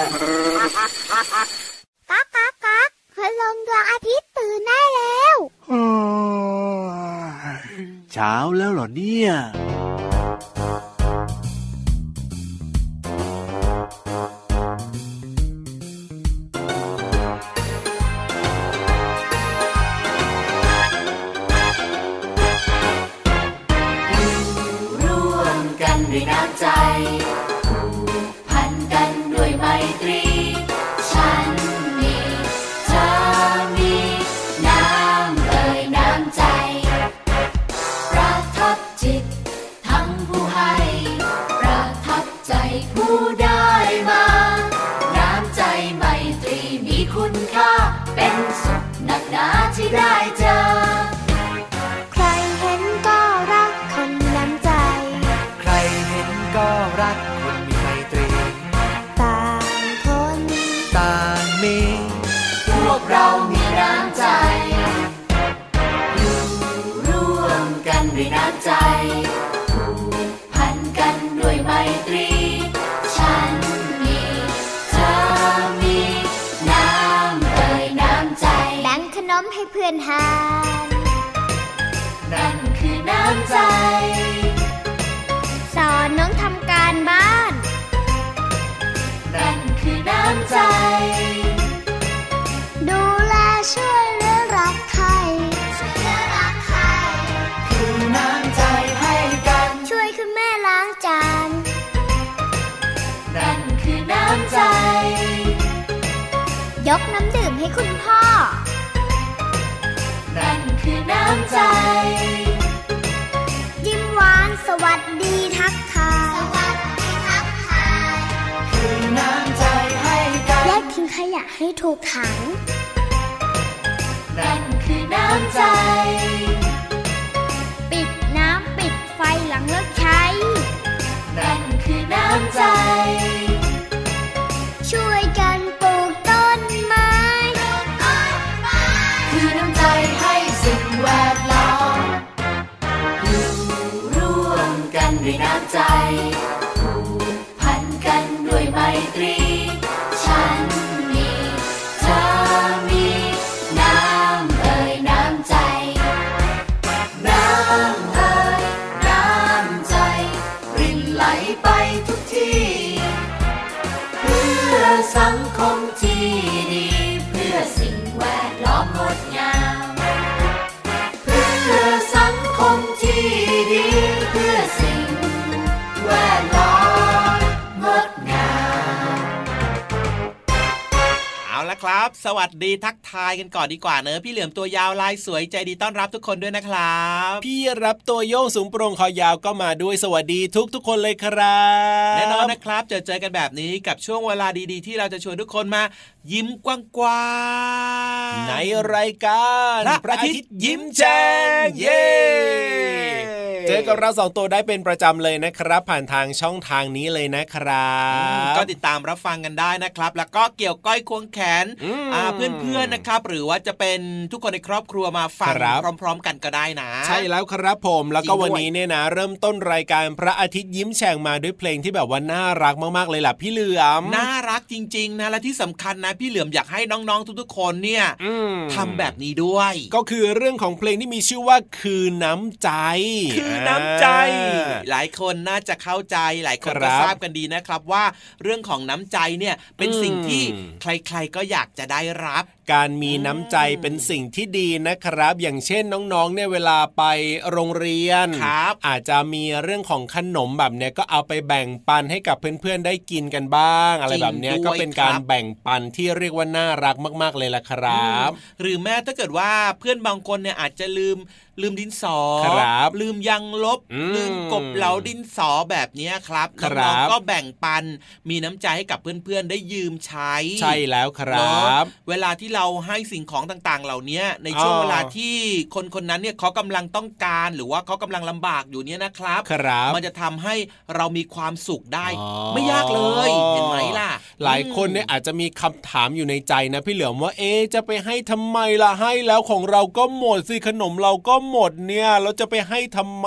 ก๊ากก๊ากก๊ากคืนลงดวงอาทิตย์ตื่นได้แล้วเช้าแล้วเหรอเนี่ยด้วยน้ำใจผูกพันกันด้วยไมตรีฉันมีเธอมีน้ำน้ำใจประทับจิตทั้งผู้ให้ประทับใจผู้ได้มาน้ำใจไมตรีมีคุณค่าเป็นสุขหนักหนาที่ได้เจอใครเห็นก็รักคนมีน้ำใจก็รักคนมีไมตรีต่างคนต่างมีพวกเรามีน้ำใจอยู่ร่วมกันด้วยน้ำใจผูกพันกันด้วยไมตรีฉันมีเธอมีน้ำน้ำใจแบ่งขนมให้เพื่อนทานนั่นคือน้ำใจสอนน้องทำการบ้านนั่นคือน้ำใจดูแลช่วยเหลือรักใครคือน้ำใจให้กันช่วยคุณแม่ล้างจานนั่นคือน้ำใจยกน้ำดื่มให้คุณพ่อนั่นคือน้ำใจยิ้มหวานสวัสดีทักทายคือน้ำใจให้กันแยกทิ้งขยะให้ถูกถังนั่นคือน้ำใจปิดน้ำปิดไฟหลังเลิกใช้นั่นคือน้ำใจช่วยกันปลูกต้นไม้คือน้ำใจให้สิ่งแวดล้อมด้วยน้ำใจผูกพันกันด้วยไมตรีฉันมีเธอมีน้ำน้ำใจน้ำน้ำใจรินไหลไปทุกที่เพื่อสังคมที่ดีเพื่อสิ่งแวดล้อมงดงามเพื่อสังคมที่ดีเพื่อสิ่งแวดล้อมงดงามเอาละครับสวัสดีทักทายกันก่อนดีกว่าเนอะพี่เหลือมตัวยาวลายสวยใจดีต้อนรับทุกคนด้วยนะครับพี่รับตัวโยงสูงโปร่งคอยาวก็มาด้วยสวัสดีทุกคนเลยครับแน่นอนนะครับเจอกันแบบนี้กับช่วงเวลาดีๆที่เราจะชวนทุกคนมายิ้มกว้างๆในรายการพระอาทิตย์ยิ้มแฉ่งเย้เจอกับเราสองตัวได้เป็นประจำเลยนะครับผ่านทางช่องทางนี้เลยนะครับก็ติดตามรับฟังกันได้นะครับแล้วก็เกี่ยวก้อยควงแขนเพื่อนๆนะครับหรือว่าจะเป็นทุกคนในครอบครัวมาฟังพร้อมๆกันก็ได้นะใช่แล้วครับผมแล้วก็วันนี้เนี่ยนะเริ่มต้นรายการพระอาทิตย์ยิ้มแฉ่งมาด้วยเพลงที่แบบว่าน่ารักมากๆเลยล่ะพี่เหลือมน่ารักจริงๆนะและที่สำคัญนะพี่เหลือมอยากให้น้องๆทุกๆคนเนี่ยทำแบบนี้ด้วยก็คือเรื่องของเพลงที่มีชื่อว่าคือน้ำใจคือน้ำใจหลายคนน่าจะเข้าใจหลายคนก็ทราบกันดีนะครับว่าเรื่องของน้ำใจเนี่ยเป็นสิ่งที่ใครๆก็อยากจะได้รับการมีน้ำใจเป็นสิ่งที่ดีนะครับอย่างเช่นน้องๆเนี่ยเวลาไปโรงเรียนอาจจะมีเรื่องของขนมแบบเนี้ยก็เอาไปแบ่งปันให้กับเพื่อนๆได้กินกันบ้างอะไรแบบเนี้ยก็เป็นการแบ่งปันที่เรียกว่าน่ารักมากๆเลยล่ะครับหรือแม้ถ้าเกิดว่าเพื่อนบางคนเนี่ยอาจจะลืมดินสอลืมยางลบลืมกบเหลาดินสอแบบนี้ครับน้องๆก็แบ่งปันมีน้ำใจให้กับเพื่อนๆได้ยืมใช้ใช่แล้วครับเวลาที่เราให้สิ่งของต่างๆเหล่านี้ในช่วงเวลาที่คนนั้นเนี่ยเขากำลังต้องการหรือว่าเขากำลังลำบากอยู่เนี่ยนะครับมันจะทำให้เรามีความสุขได้ไม่ยากเลยเห็นไหมล่ะหลายคนเนี่ยอาจจะมีคำถามอยู่ในใจนะพี่เหลือมว่าจะไปให้ทำไมล่ะให้แล้วของเราก็หมดสิขนมเราก็หมดเนี่ยเราจะไปให้ทำไม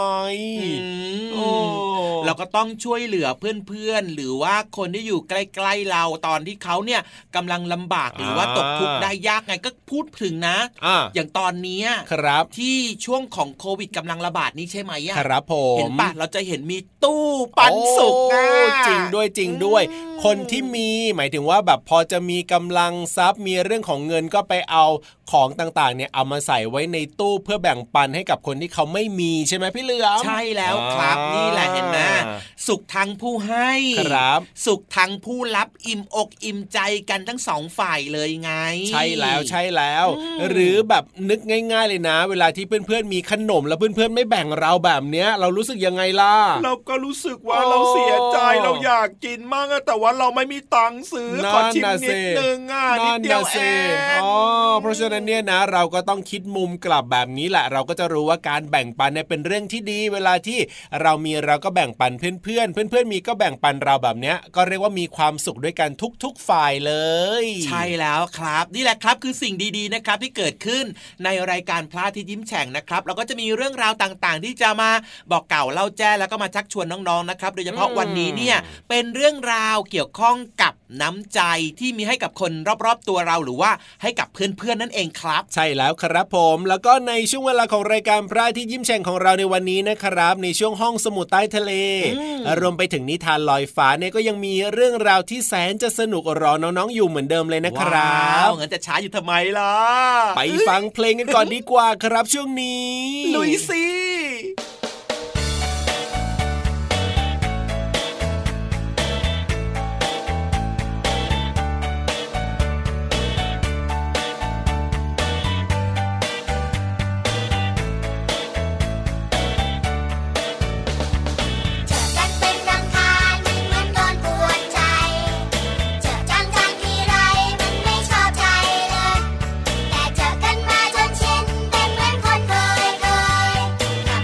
เราก็ต้องช่วยเหลือเพื่อนๆหรือว่าคนที่อยู่ใกล้ๆเราตอนที่เขาเนี่ยกำลังลำบากหรือว่าตกทุกข์ได้ยากไงก็พูดถึงนะอย่างตอนนี้ครับที่ช่วงของโควิดกำลังระบาดนี้ใช่ไหมครับผมเห็นปะเราจะเห็นมีตู้ปันสุกจริงด้วยคนที่มีหมายถึงว่าแบบพอจะมีกำลังทรัพย์มีเรื่องของเงินก็ไปเอาของต่างๆเนี่ยเอามาใส่ไว้ในตู้เพื่อแบ่งปันให้กับคนที่เขาไม่มีใช่ไหมพี่เหลือมใช่แล้วครับนี่แหละเห็นไหมสุขทางผู้ให้ครับสุขทางผู้รับอิ่มอกอิ่มใจกันทั้งสองฝ่ายเลยไงใช่แล้วหรือแบบนึกง่ายๆเลยนะเวลาที่เพื่อนๆมีขนมแล้วเพื่อนๆไม่แบ่งเราแบบเนี้ยเรารู้สึกยังไงล่ะเราก็รู้สึกว่าเราเสียใจเราอยากกินมากแต่ว่าเราไม่มีตังค์ซื้อขอชิมนิดนึงนิดเดียวเองเพราะฉะนั้นเนี่ยนะเราก็ต้องคิดมุมกลับแบบนี้แหละเราก็จะรู้ว่าการแบ่งปันเนี่ยเป็นเรื่องที่ดีเวลาที่เรามีเราก็แบ่งปันเพื่อนมีก็แบ่งปันเราแบบเนี้ยก็เรียกว่ามีความสุขด้วยกันทุกฝ่ายเลยใช่แล้วครับนี่แหละครับคือสิ่งดีๆนะครับที่เกิดขึ้นในรายการพระอาทิตย์ยิ้มแฉ่งนะครับเราก็จะมีเรื่องราวต่างๆที่จะมาบอกเก่าเล่าแจ้แล้วก็มาชักชวนน้องๆนะครับโดยเฉพาะวันนี้เนี่ยเป็นเรื่องราวเกี่ยวข้องกับน้ำใจที่มีให้กับคนรอบๆตัวเราหรือว่าให้กับเพื่อนๆนั่นเองครับใช่แล้วครับผมแล้วก็ในช่วงเวลาของรายการพระอาทิตย์ยิ้มแฉ่งของเราในวันนี้นะครับในช่วงห้องสมุดใต้ทะเลรวมไปถึงนิทานลอยฟ้าเนี่ยก็ยังมีเรื่องราวที่แสนจะสนุกรอน้องๆอยู่เหมือนเดิมเลยนะครับงั้นจะช้าอยู่ทำไมล่ะไปฟังเพลงกันก่อนดีกว่าครับช่วงนี้ลุยสิเ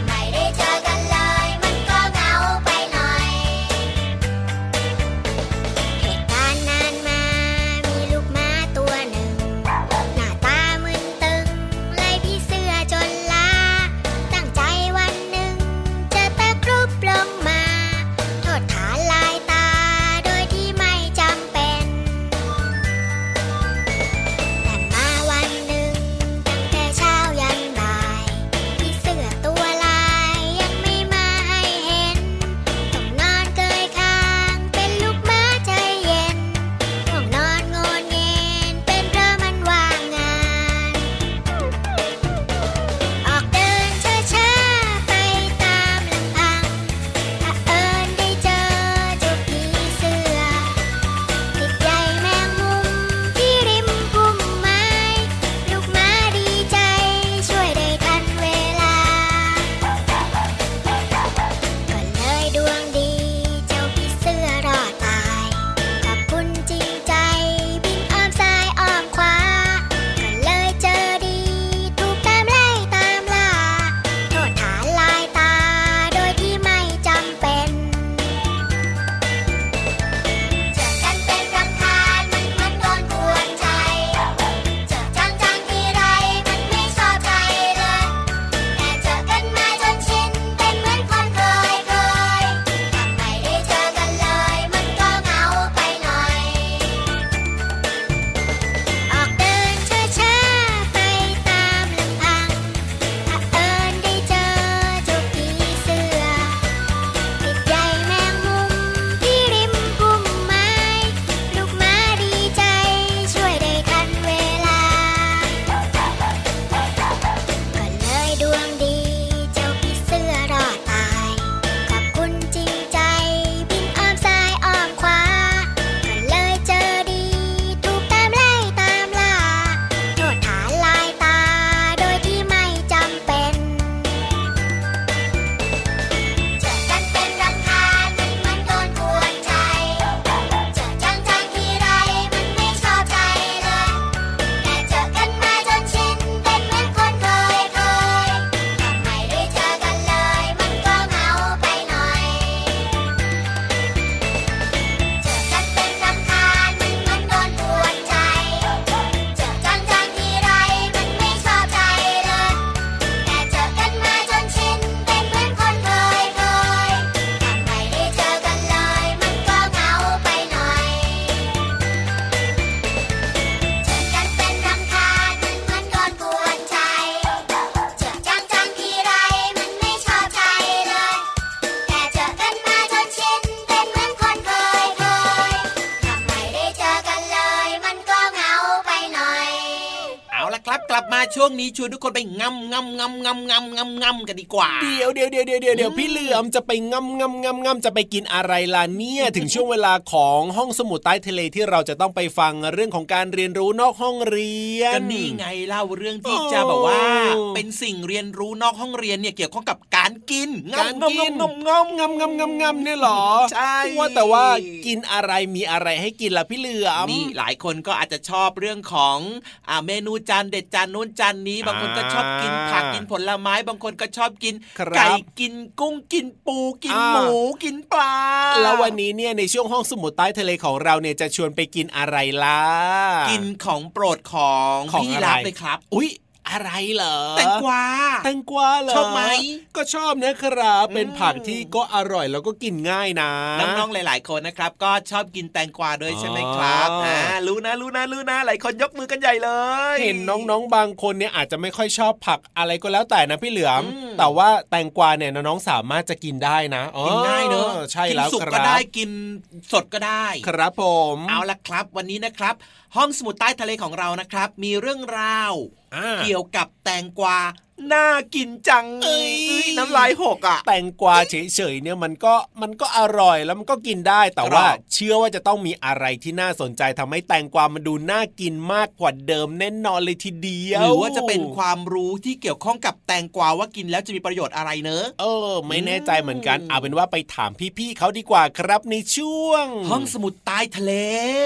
กลับมาช่วงนี้ชวนทุกคนไปงำกันดีกว่าเดี๋ยวพี่เหลือมจะไปงำจะไปกินอะไรล่ะเนี่ยถึงช่วงเวลาของห้องสมุดใต้ทะเลที่เราจะต้องไปฟังเรื่องของการเรียนรู้นอกห้องเรียนก็นี่ไงเล่าเรื่องที่จะแบบว่าเป็นสิ่งเรียนรู้นอกห้องเรียนเนี่ยเกี่ยวข้องกับการกินงำเนี่ยหรอใช่ว่าแต่ว่ากินอะไรมีอะไรให้กินล่ะพี่เหลือมนี่หลายคนก็อาจจะชอบเรื่องของเมนูจานเด็ดจานนู้นจานนี้บางคนก็ชอบกินผักกินผลไม้บางคนก็ชอบกินไก่กินกุ้งกินปูกินหมูกินปลาแล้ววันนี้เนี่ยในช่วงห้องสมุดใต้ทะเลของเราเนี่ยจะชวนไปกินอะไรล่ะกินของโปรดของพี่รับเลยครับอุ๊ยอะไรเหรอแตงกวาเหรอชอบไหมก็ชอบนะครับเป็นผักที่ก็อร่อยแล้วก็กินง่ายนะน้องๆหลายๆคนนะครับก็ชอบกินแตงกวาด้วยใช่ไหมครับรู้นะหลายคนยกมือกันใหญ่เลยเห็นน้องๆบางคนเนี่ยอาจจะไม่ค่อยชอบผักอะไรก็แล้วแต่นะพี่เหลือมแต่ว่าแตงกวาเนี่ยน้องๆสามารถจะกินได้นะกินง่ายเนอะใช่แล้วกินสุกก็ได้กินสดก็ได้ครับผมเอาละครับวันนี้นะครับห้องสมุดใต้ทะเลของเรานะครับมีเรื่องราวเกี่ยวกับแตงกวาน่ากินจังน้ำลายหกอ่ะแตงกวาเฉยๆเนี่ยมันก็อร่อยแล้วมันก็กินได้แต่ว่าเชื่อว่าจะต้องมีอะไรที่น่าสนใจทำให้แตงกวามันดูน่ากินมากกว่าเดิมแน่นอนเลยทีเดียวหรือว่าจะเป็นความรู้ที่เกี่ยวข้องกับแตงกวาว่ากินแล้วจะมีประโยชน์อะไรเนอะไม่แน่ใจเหมือนกันเอาเป็นว่าไปถามพี่ๆเขาดีกว่าครับในช่วงห้องสมุดใต้ทะเล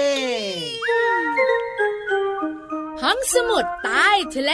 ห้องสมุดใต้ทะเล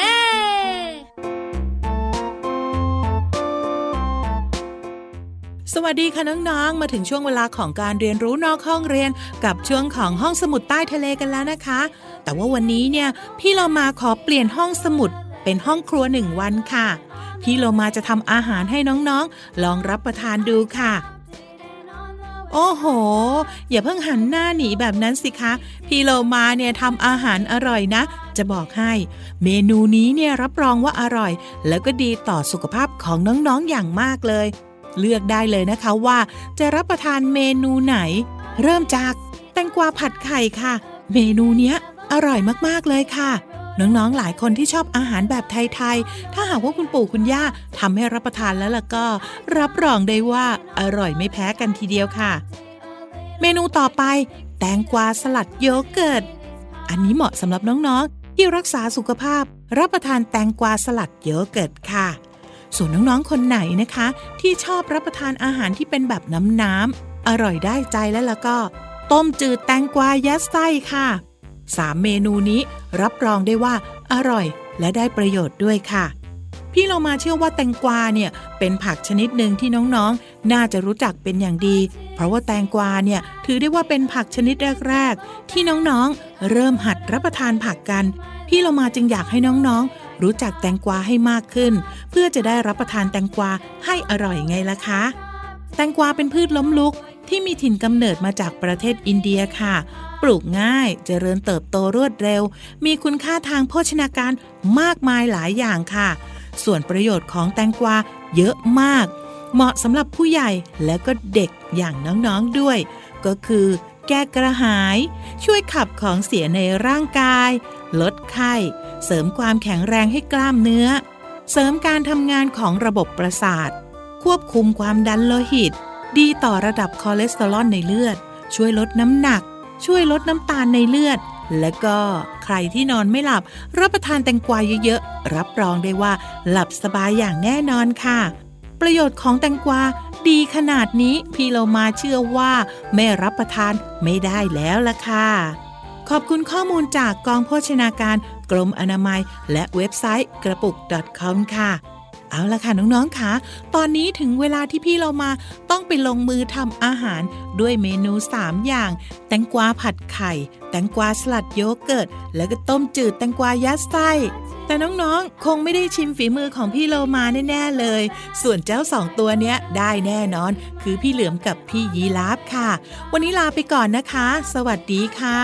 สวัสดีค่ะน้องๆมาถึงช่วงเวลาของการเรียนรู้นอกห้องเรียนกับช่วงของห้องสมุดใต้ทะเลกันแล้วนะคะแต่ว่าวันนี้เนี่ยพี่เรามาขอเปลี่ยนห้องสมุดเป็นห้องครัว1วันค่ะพี่เรามาจะทำอาหารให้น้องๆลองรับประทานดูค่ะโอ้โหอย่าเพิ่งหันหน้าหนีแบบนั้นสิคะพี่โลมาเนี่ยทำอาหารอร่อยนะจะบอกให้เมนูนี้เนี่ยรับรองว่าอร่อยแล้วก็ดีต่อสุขภาพของน้องๆอย่างมากเลยเลือกได้เลยนะคะว่าจะรับประทานเมนูไหนเริ่มจากแตงกวาผัดไข่ค่ะเมนูเนี้ยอร่อยมากๆเลยค่ะน้องๆหลายคนที่ชอบอาหารแบบไทยๆถ้าหากว่าคุณปู่คุณย่าทำให้รับประทานแล้วล่ะก็รับรองได้ว่าอร่อยไม่แพ้กันทีเดียวค่ะเมนูต่อไปแตงกวาสลัดโยเกิร์ตอันนี้เหมาะสำหรับน้องๆที่รักษาสุขภาพรับประทานแตงกวาสลัดโยเกิร์ตค่ะส่วนน้องๆคนไหนนะคะที่ชอบรับประทานอาหารที่เป็นแบบน้ำๆอร่อยได้ใจแล้วล่ะก็ต้มจืดแตงกวายัดไส้ค่ะ3เมนูนี้รับรองได้ว่าอร่อยและได้ประโยชน์ด้วยค่ะพี่เรามาเชื่อว่าแตงกวาเนี่ยเป็นผักชนิดหนึ่งที่น้องๆน่าจะรู้จักเป็นอย่างดีเพราะว่าแตงกวาเนี่ยถือได้ว่าเป็นผักชนิดแรกๆที่น้องๆเริ่มหัดรับประทานผักกันพี่เรามาจึงอยากให้น้องๆรู้จักแตงกวาให้มากขึ้นเพื่อจะได้รับประทานแตงกวาให้อร่อยไงล่ะคะแตงกวาเป็นพืชล้มลุกที่มีถิ่นกำเนิดมาจากประเทศอินเดียค่ะปลูกง่ายเจริญเติบโตรวดเร็วมีคุณค่าทางโภชนาการมากมายหลายอย่างค่ะส่วนประโยชน์ของแตงกวาเยอะมากเหมาะสำหรับผู้ใหญ่และก็เด็กอย่างน้องๆด้วยก็คือแก้กระหายช่วยขับของเสียในร่างกายลดไข้เสริมความแข็งแรงให้กล้ามเนื้อเสริมการทำงานของระบบประสาทควบคุมความดันโลหิตดีต่อระดับคอเลสเตอรอลในเลือดช่วยลดน้ำหนักช่วยลดน้ำตาลในเลือดและก็ใครที่นอนไม่หลับรับประทานแตงกวาเยอะๆรับรองได้ว่าหลับสบายอย่างแน่นอนค่ะประโยชน์ของแตงกวาดีขนาดนี้พี่เรามาเชื่อว่าไม่รับประทานไม่ได้แล้วล่ะค่ะขอบคุณข้อมูลจากกองโภชนาการกรมอนามัยและเว็บไซต์กระปุก .com ค่ะเอาล่ะค่ะน้องๆค่ะตอนนี้ถึงเวลาที่พี่เรามาต้องไปลงมือทำอาหารด้วยเมนู3อย่างแตงกวาผัดไข่แตงกวาสลัดโยเกิร์ตแล้วก็ต้มจืดแตงกวายัดไส้แต่น้องๆคงไม่ได้ชิมฝีมือของพี่เรามาแน่ๆเลยส่วนเจ้า2ตัวเนี้ยได้แน่นอนคือพี่เหลือมกับพี่ยีราฟค่ะวันนี้ลาไปก่อนนะคะสวัสดีค่ะ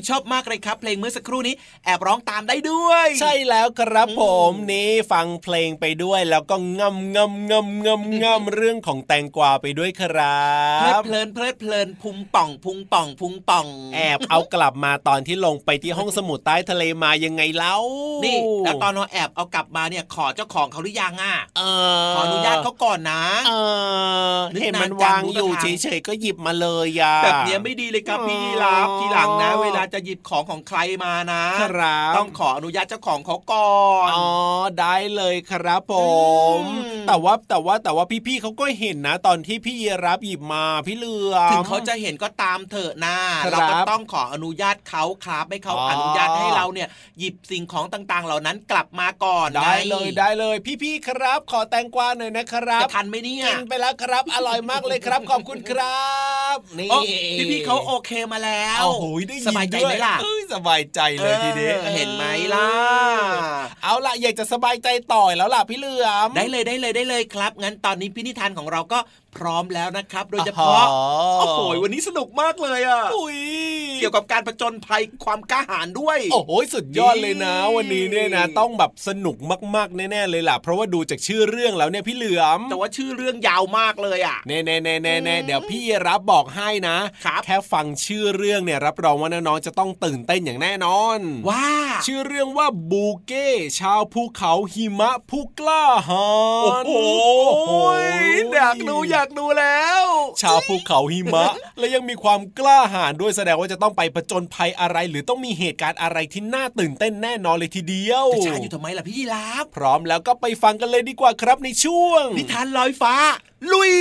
ชอบมากเลยครับเพลงเมื่อสักครู่นี้แอบร้องตามได้ด้วยใช่แล้วครับผมนี่ฟังเพลงไปด้วยแล้วก็งำเรื่องของแตงกวาไปด้วยครับเพลินพุงป่องแอบเอากลับมาตอนที่ลงไปที่ห้องสมุดใต้ทะเลมายังไงเล่านี่แล้วตอนเราแอบเอากลับมาเนี่ยขอเจ้าของเขาหรือยังขออนุญาตเขาก่อนนะเห็นมันวางอยู่เฉยๆก็หยิบมาเลยแบบนี้ไม่ดีเลยครับพี่รับทีหลังนะเวลาจะหยิบของใครมานะต้องขออนุญาตเจ้าของเขาก่อนได้เลยครับผมแต่ว่าพี่ๆเขาก็เห็นนะตอนที่พี่รับหยิบมาพี่เหลือมถึงเขาจะเห็นก็ตามเถอะนะเราก็ต้องขออนุญาตเขาครับให้เขาอนุญาตให้เราเนี่ยหยิบสิ่งของต่างๆเหล่านั้นกลับมาก่อนได้เลยพี่ๆครับขอแตงกวาหน่อยนะครับจะทันไหมเนี่ยกินไปแล้วครับอร่อยมากเลยครับขอบคุณครับนี่พี่ๆเขาโอเคมาแล้วโอ้โหได้ยินสบายใจไหมล่ะสบายใจเลยทีเดียวเห็นไหมล่ะเอาล่ะอยากจะสบายใจต่อแล้วล่ะพี่เหลือมได้เลยครับงั้นตอนนี้พี่นิทานของเราก็พร้อมแล้วนะครับโดยเฉพาะโอ้โหวันนี้สนุกมากเลยเกี่ยวกับการผจญภัยความกล้าหาญด้วยโอ้โหสุดยอดเลยนะวันนี้เนี่ยนะต้องแบบสนุกมากๆแน่ๆเลยล่ะเพราะว่าดูจากชื่อเรื่องแล้วเนี่ยพี่เหลือมแต่ว่าชื่อเรื่องยาวมากเลยแน่เดี๋ยวพี่รับบอกให้นะแค่ฟังชื่อเรื่องเนี่ยรับรองว่าน้องๆจะต้องตื่นเต้นอย่างแน่นอนว่าชื่อเรื่องว่าบูเก้ชาวภูเขาหิมะผู้กล้าหาญโอ้โหอยากดูแล้วชาวภูเขาหิมะและยังมีความกล้าหาญด้วยแสดงว่าจะต้องไปผจญภัยอะไรหรือต้องมีเหตุการณ์อะไรที่น่าตื่นเต้นแน่นอนเลยทีเดียวจะช้าอยู่ทำไมล่ะพี่ยีราฟพร้อมแล้วก็ไปฟังกันเลยดีกว่าครับในช่วงนิทานลอยฟ้าลุย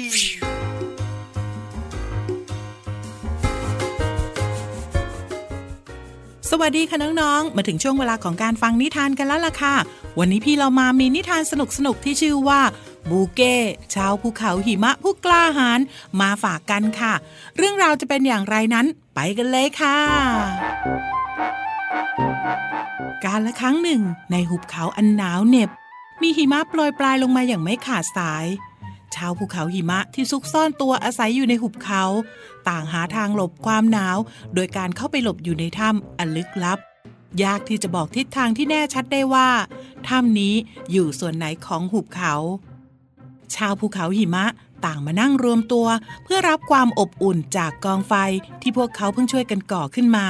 สวัสดีค่ะน้องๆมาถึงช่วงเวลาของการฟังนิทานกันแล้วล่ะค่ะวันนี้พี่เรามามีนิทานสนุกที่ชื่อว่าบูเก้ชาวภูเขาหิมะผู้กล้าหาญมาฝากกันค่ะเรื่องราวจะเป็นอย่างไรนั้นไปกันเลยค่ะกาลครั้งหนึ่งในหุบเขาอันหนาวเหน็บมีหิมะโปรยปลายลงมาอย่างไม่ขาดสายชาวภูเขาหิมะที่ซุกซ่อนตัวอาศัยอยู่ในหุบเขาต่างหาทางหลบความหนาวโดยการเข้าไปหลบอยู่ในถ้ำอันลึกลับยากที่จะบอกทิศทางที่แน่ชัดได้ว่าถ้ำนี้อยู่ส่วนไหนของหุบเขาชาวภูเขาหิมะต่างมานั่งรวมตัวเพื่อรับความอบอุ่นจากกองไฟที่พวกเขาเพิ่งช่วยกันก่อขึ้นมา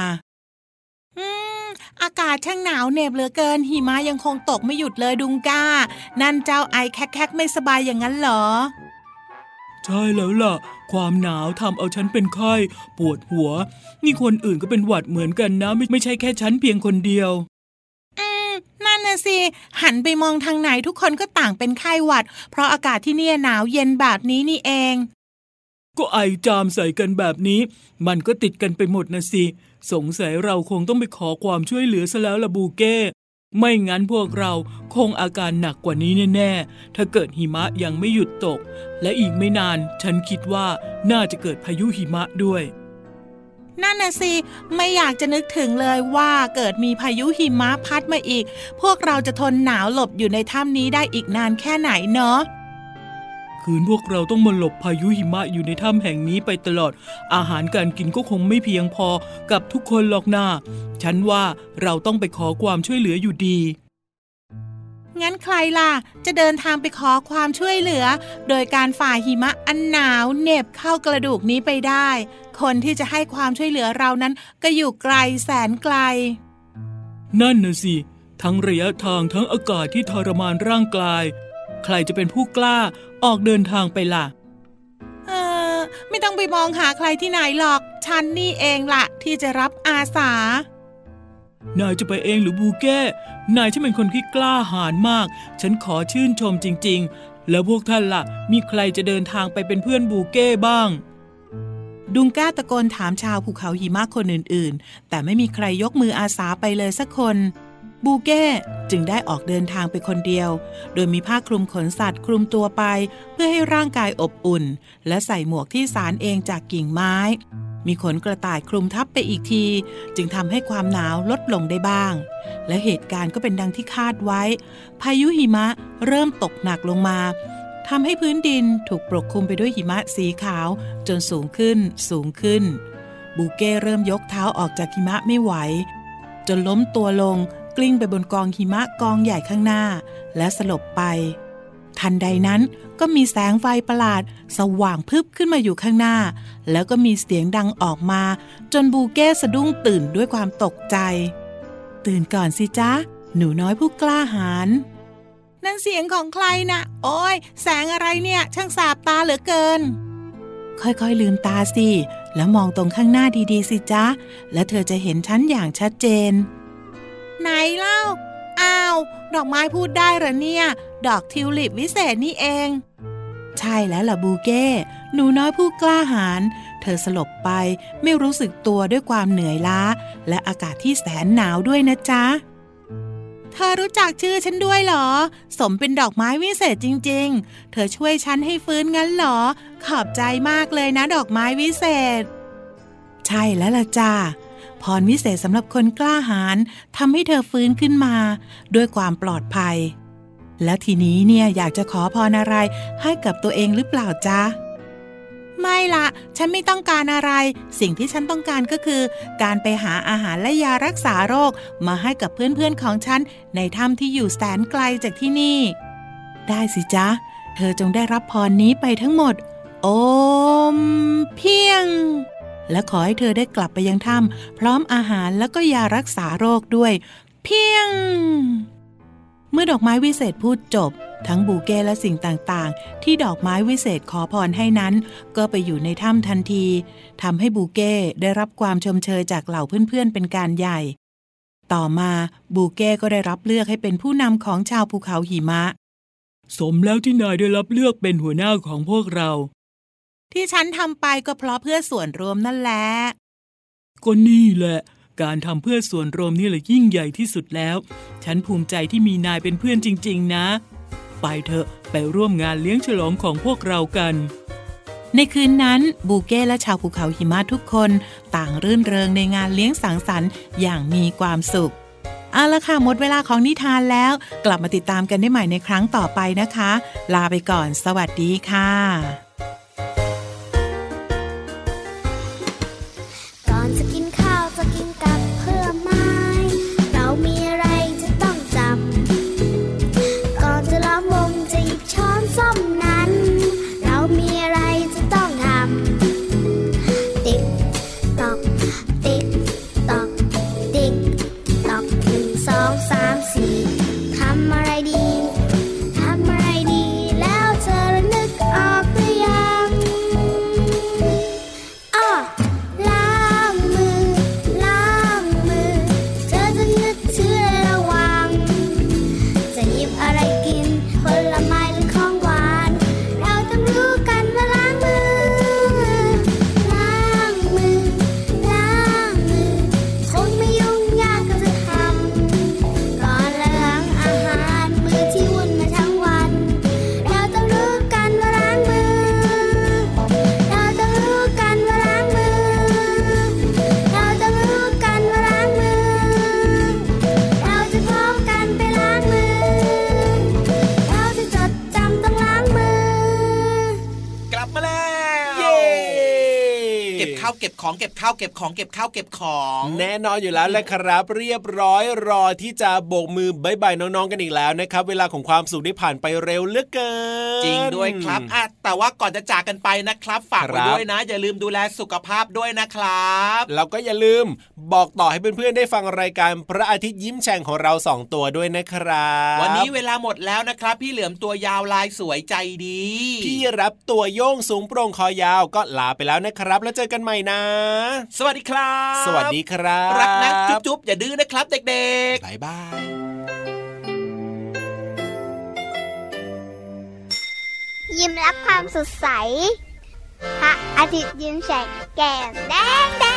อากาศช่างหนาวเหน็บเหลือเกินหิมะยังคงตกไม่หยุดเลยดุงก้านั่นเจ้าไอแคกไม่สบายอย่างนั้นเหรอใช่แล้วล่ะความหนาวทำเอาฉันเป็นไข้ปวดหัวนี่คนอื่นก็เป็นหวัดเหมือนกันนะไม่ใช่แค่ฉันเพียงคนเดียวนั่นน่ะสิหันไปมองทางไหนทุกคนก็ต่างเป็นไข้หวัดเพราะอากาศที่นี่หนาวเย็นแบบนี้นี่เองก็ไอจามใส่กันแบบนี้มันก็ติดกันไปหมดนะสิสงสัยเราคงต้องไปขอความช่วยเหลือซะแล้วล่ะบูเก้ไม่งั้นพวกเราคงอาการหนักกว่านี้แน่ๆถ้าเกิดหิมะยังไม่หยุดตกและอีกไม่นานฉันคิดว่าน่าจะเกิดพายุหิมะด้วยนั่นน่ะสิไม่อยากจะนึกถึงเลยว่าเกิดมีพายุหิมะพัดมาอีกพวกเราจะทนหนาวหลบอยู่ในถ้ำนี้ได้อีกนานแค่ไหนเนาะคืนพวกเราต้องมาหลบพายุหิมะอยู่ในถ้ำแห่งนี้ไปตลอดอาหารการกินก็คงไม่เพียงพอกับทุกคนหรอกนะฉันว่าเราต้องไปขอความช่วยเหลืออยู่ดีงั้นใครล่ะจะเดินทางไปขอความช่วยเหลือโดยการฝ่าหิมะอันหนาวเหน็บเข้ากระดูกนี้ไปได้คนที่จะให้ความช่วยเหลือเรานั้นก็อยู่ไกลแสนไกลนั่นน่ะสิทั้งระยะทางทั้งอากาศที่ทรมานร่างกายใครจะเป็นผู้กล้าออกเดินทางไปล่ะไม่ต้องไปมองหาใครที่ไหนหรอกฉันนี่เองล่ะที่จะรับอาสานายจะไปเองหรือบูเก้นายช่างเป็นคนที่กล้าหาญมากฉันขอชื่นชมจริงๆแล้วพวกท่านล่ะมีใครจะเดินทางไปเป็นเพื่อนบูเก้บ้างดุงก้าตะโกนถามชาวภูเขาหิมะคนอื่นๆแต่ไม่มีใครยกมืออาสาไปเลยสักคนบูเก้จึงได้ออกเดินทางไปคนเดียวโดยมีผ้าคลุมขนสัตว์คลุมตัวไปเพื่อให้ร่างกายอบอุ่นและใส่หมวกที่สานเองจากกิ่งไม้มีขนกระต่ายคลุมทับไปอีกทีจึงทำให้ความหนาวลดลงได้บ้างและเหตุการณ์ก็เป็นดังที่คาดไว้พายุหิมะเริ่มตกหนักลงมาทำให้พื้นดินถูกปกคลุมไปด้วยหิมะสีขาวจนสูงขึ้นบูเก้เริ่มยกเท้าออกจากหิมะไม่ไหวจนล้มตัวลงกลิ้งไปบนกองหิมะกองใหญ่ข้างหน้าและสลบไปทันใดนั้นก็มีแสงไฟประหลาดสว่างพึบขึ้นมาอยู่ข้างหน้าแล้วก็มีเสียงดังออกมาจนบูเก้สะดุ้งตื่นด้วยความตกใจตื่นก่อนสิจ๊ะหนูน้อยผู้กล้าหาญนั่นเสียงของใครน่ะโอ้ยแสงอะไรเนี่ยช่างสาบตาเหลือเกินค่อยๆลืมตาสิแล้วมองตรงข้างหน้าดีๆสิจ๊ะแล้วเธอจะเห็นฉันอย่างชัดเจนไหนเล่าอ้าวดอกไม้พูดได้เหรอเนี่ยดอกทิวลิปวิเศษนี่เองใช่แล้วล่ะบูเก้หนูน้อยผู้กล้าหาญเธอสลบไปไม่รู้สึกตัวด้วยความเหนื่อยล้าและอากาศที่แสนหนาวด้วยนะจ๊ะเธอรู้จักชื่อฉันด้วยเหรอสมเป็นดอกไม้วิเศษจริงๆเธอช่วยฉันให้ฟื้นงั้นเหรอขอบใจมากเลยนะดอกไม้วิเศษใช่แล้วล่ะจ้าพรวิเศษสำหรับคนกล้าหาญทำให้เธอฟื้นขึ้นมาด้วยความปลอดภัยแล้วทีนี้เนี่ยอยากจะขอพรอะไรให้กับตัวเองหรือเปล่าจ๊ะไม่ละฉันไม่ต้องการอะไรสิ่งที่ฉันต้องการก็คือการไปหาอาหารและยารักษาโรคมาให้กับเพื่อนๆของฉันในถ้ำที่อยู่แสนไกลจากที่นี่ได้สิจ๊ะเธอจงได้รับพรนี้ไปทั้งหมดโอมเพียงและขอให้เธอได้กลับไปยังถ้ำพร้อมอาหารแล้วก็ยารักษาโรคด้วยเพียงเมื่อดอกไม้วิเศษพูดจบทั้งบูเก้และสิ่งต่างๆที่ดอกไม้วิเศษขอพรให้นั้นก็ไปอยู่ในถ้ำทันทีทำให้บูเก้ได้รับความชมเชยจากเหล่าเพื่อนๆเป็นการใหญ่ต่อมาบูเก้ก็ได้รับเลือกให้เป็นผู้นำของชาวภูเขาหิมะสมแล้วที่นายได้รับเลือกเป็นหัวหน้าของพวกเราที่ฉันทำไปก็เพราะเพื่อส่วนรวมนั่นแหละก็นี่แหละการทำเพื่อส่วนรวมนี่แหละยิ่งใหญ่ที่สุดแล้วฉันภูมิใจที่มีนายเป็นเพื่อนจริงๆนะไปเถอะไปร่วมงานเลี้ยงฉลองของพวกเรากันในคืนนั้นบูเก้และชาวภูเขาหิมะทุกคนต่างรื่นเริงในงานเลี้ยงสังสรรค์อย่างมีความสุขเอาละค่ะหมดเวลาของนิทานแล้วกลับมาติดตามกันได้ใหม่ในครั้งต่อไปนะคะลาไปก่อนสวัสดีค่ะก่อนจะกินข้าวจะกินกับเพื่อไม้เรามีอะไรจะต้องจำก่อนจะล้อมวงจะหยิบช้อนส้อมนั้นเรามีอะไรจะต้องทำติ๊กตอกติ๊กตอกติ๊กตอก1 2 3 4ทำอะไรดีทำอะไรดีแล้วเธอระนึกออกหรือยังอ้อล้างมือเธอจะนึกถึงระวังจะหยิบอะไรกินผลไม้หรือของหวานเราต้องรู้กันว่าล้างมือคงไม่ยุ่งยากก็จะทำก่อนล้างอาหารมือที่วุ่นมาทั้งวันเราต้องรู้กันว่าล้างมือเราต้องรู้กันว่าล้างมือเราต้องรู้กันว่าล้างมือเราจะพร้อมกันไปล้างมือเราจะจดจำต้องล้างมือกลับมาแล้วเก็บข้าวเก็บของเก็บข้าวเก็บของเก็บข้าวเก็บของแน่นอนอยู่แล้วแหละครับเรียบร้อยรอที่จะโบกมือบ๊ายบายน้องๆกันอีกแล้วนะครับเวลาของความสุขได้ผ่านไปเร็วเหลือเกินจริงด้วยครับแต่ว่าก่อนจะจากกันไปนะครับฝากไว้ด้วยนะอย่าลืมดูแลสุขภาพด้วยนะครับแล้วก็อย่าลืมบอกต่อให้เพื่อนๆได้ฟังรายการพระอาทิตย์ยิ้มแฉ่งของเรา2ตัวด้วยนะครับวันนี้เวลาหมดแล้วนะครับพี่เหลือมตัวยาวลายสวยใจดีพี่รับตัวโยงสูงโปร่งคอยาวก็ลาไปแล้วนะครับแล้วเจอกันใหม่นะสวัสดีครับสวัสดีครับรักนะจุ๊บๆอย่าดื้อนะครับเด็กๆบ๊ายบายยิ้มรับความสดใสพระอาทิตย์ยิ้มแฉกแก้มแดง